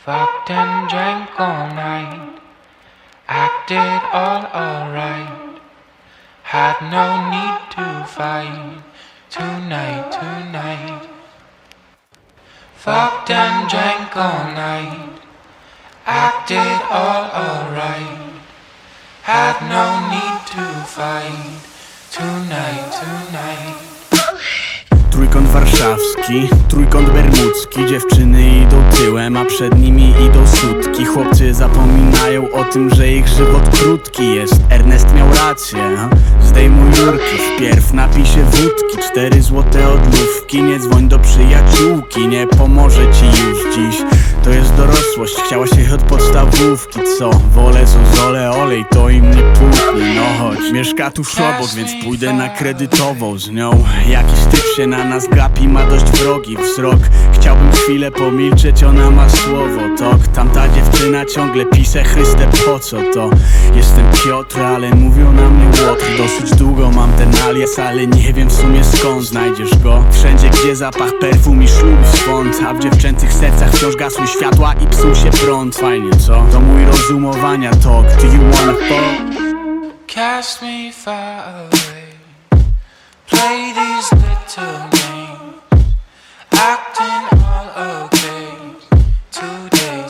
Fucked and drank all night, acted all alright. Had no need to fight tonight. Fucked and drank all night, acted all alright. Had no need to fight tonight. Trójkąt warszawski, trójkąt bermudzki. Dziewczyny idą tyłem, a przed nimi idą sutki. Chłopcy zapominają o tym, że ich żywot krótki jest. Ernest miał rację, zdejmuj lurki. Wpierw napij się wódki, 4 złote odlówki. Nie dzwoń do przyjaciółki, nie pomoże ci już dziś. To jest dorosłość, chciałaś jej od podstawówki. Co? Wolę zozole, olej, to im nie puchnie. No chodź, mieszka tuż obok, więc pójdę na kredytową z nią. Jakiś typ się na nas gapi, ma dość wrogi wzrok. Chciałbym chwilę pomilczeć, ona ma słowo tok. Tamta dziewczyna ciągle pisze, Chryste, po co to? Jestem Piotr, ale mówią na mnie Łotr. Dosyć długo mam ten alias, ale nie wiem w sumie skąd znajdziesz go. Wszędzie, gdzie zapach perfum i szlug swąd, a w dziewczęcych sercach wciąż gasły światła i psuł się prąd. Fajnie, co? To mój rozumowania tok. Do you wanna fuck? Cast me far away, play these little games, acting all okay, today.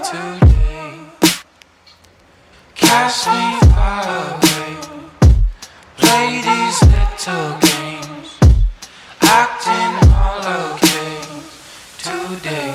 Cast me far away, play these little games, acting all okay, today.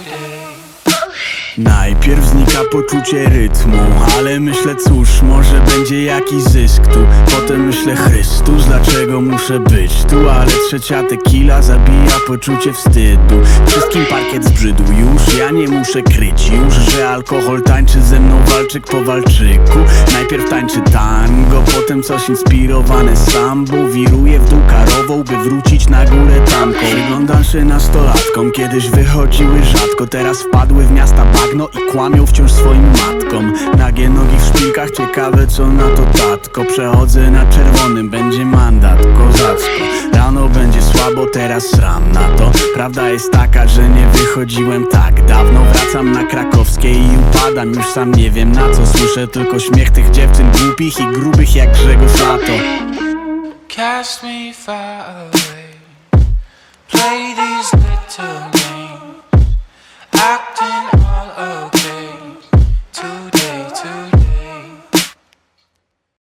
Najpierw znika poczucie rytmu, ale myślę cóż, może będzie jakiś zysk tu. Potem myślę Chrystus, dlaczego muszę być tu? Ale trzecia tequila zabija poczucie wstydu. Wszystkim parkiet zbrzydł już, ja nie muszę kryć już, że alkohol tańczy ze mną walczyk po walczyku. Najpierw tańczy tango, potem coś inspirowane sambą. Wiruję w dół karową, by wrócić na górę tamką. Przyglądam się nastolatkom, kiedyś wychodziły rzadko, teraz wpadły w miasta bagno i kłamią wciąż swoim matkom. Nagie nogi w szpilkach, ciekawe co na to tatko. Przechodzę na czerwonym, będzie mandat, kozacko. Rano będzie słabo, teraz sram na to. Prawda jest taka, że nie wychodziłem tak dawno. Wracam na Krakowskiej i upadam, już sam nie wiem na co. Słyszę tylko śmiech tych dziewczyn głupich i grubych jak Grzegorz Lato. Cast me far away, play these little games.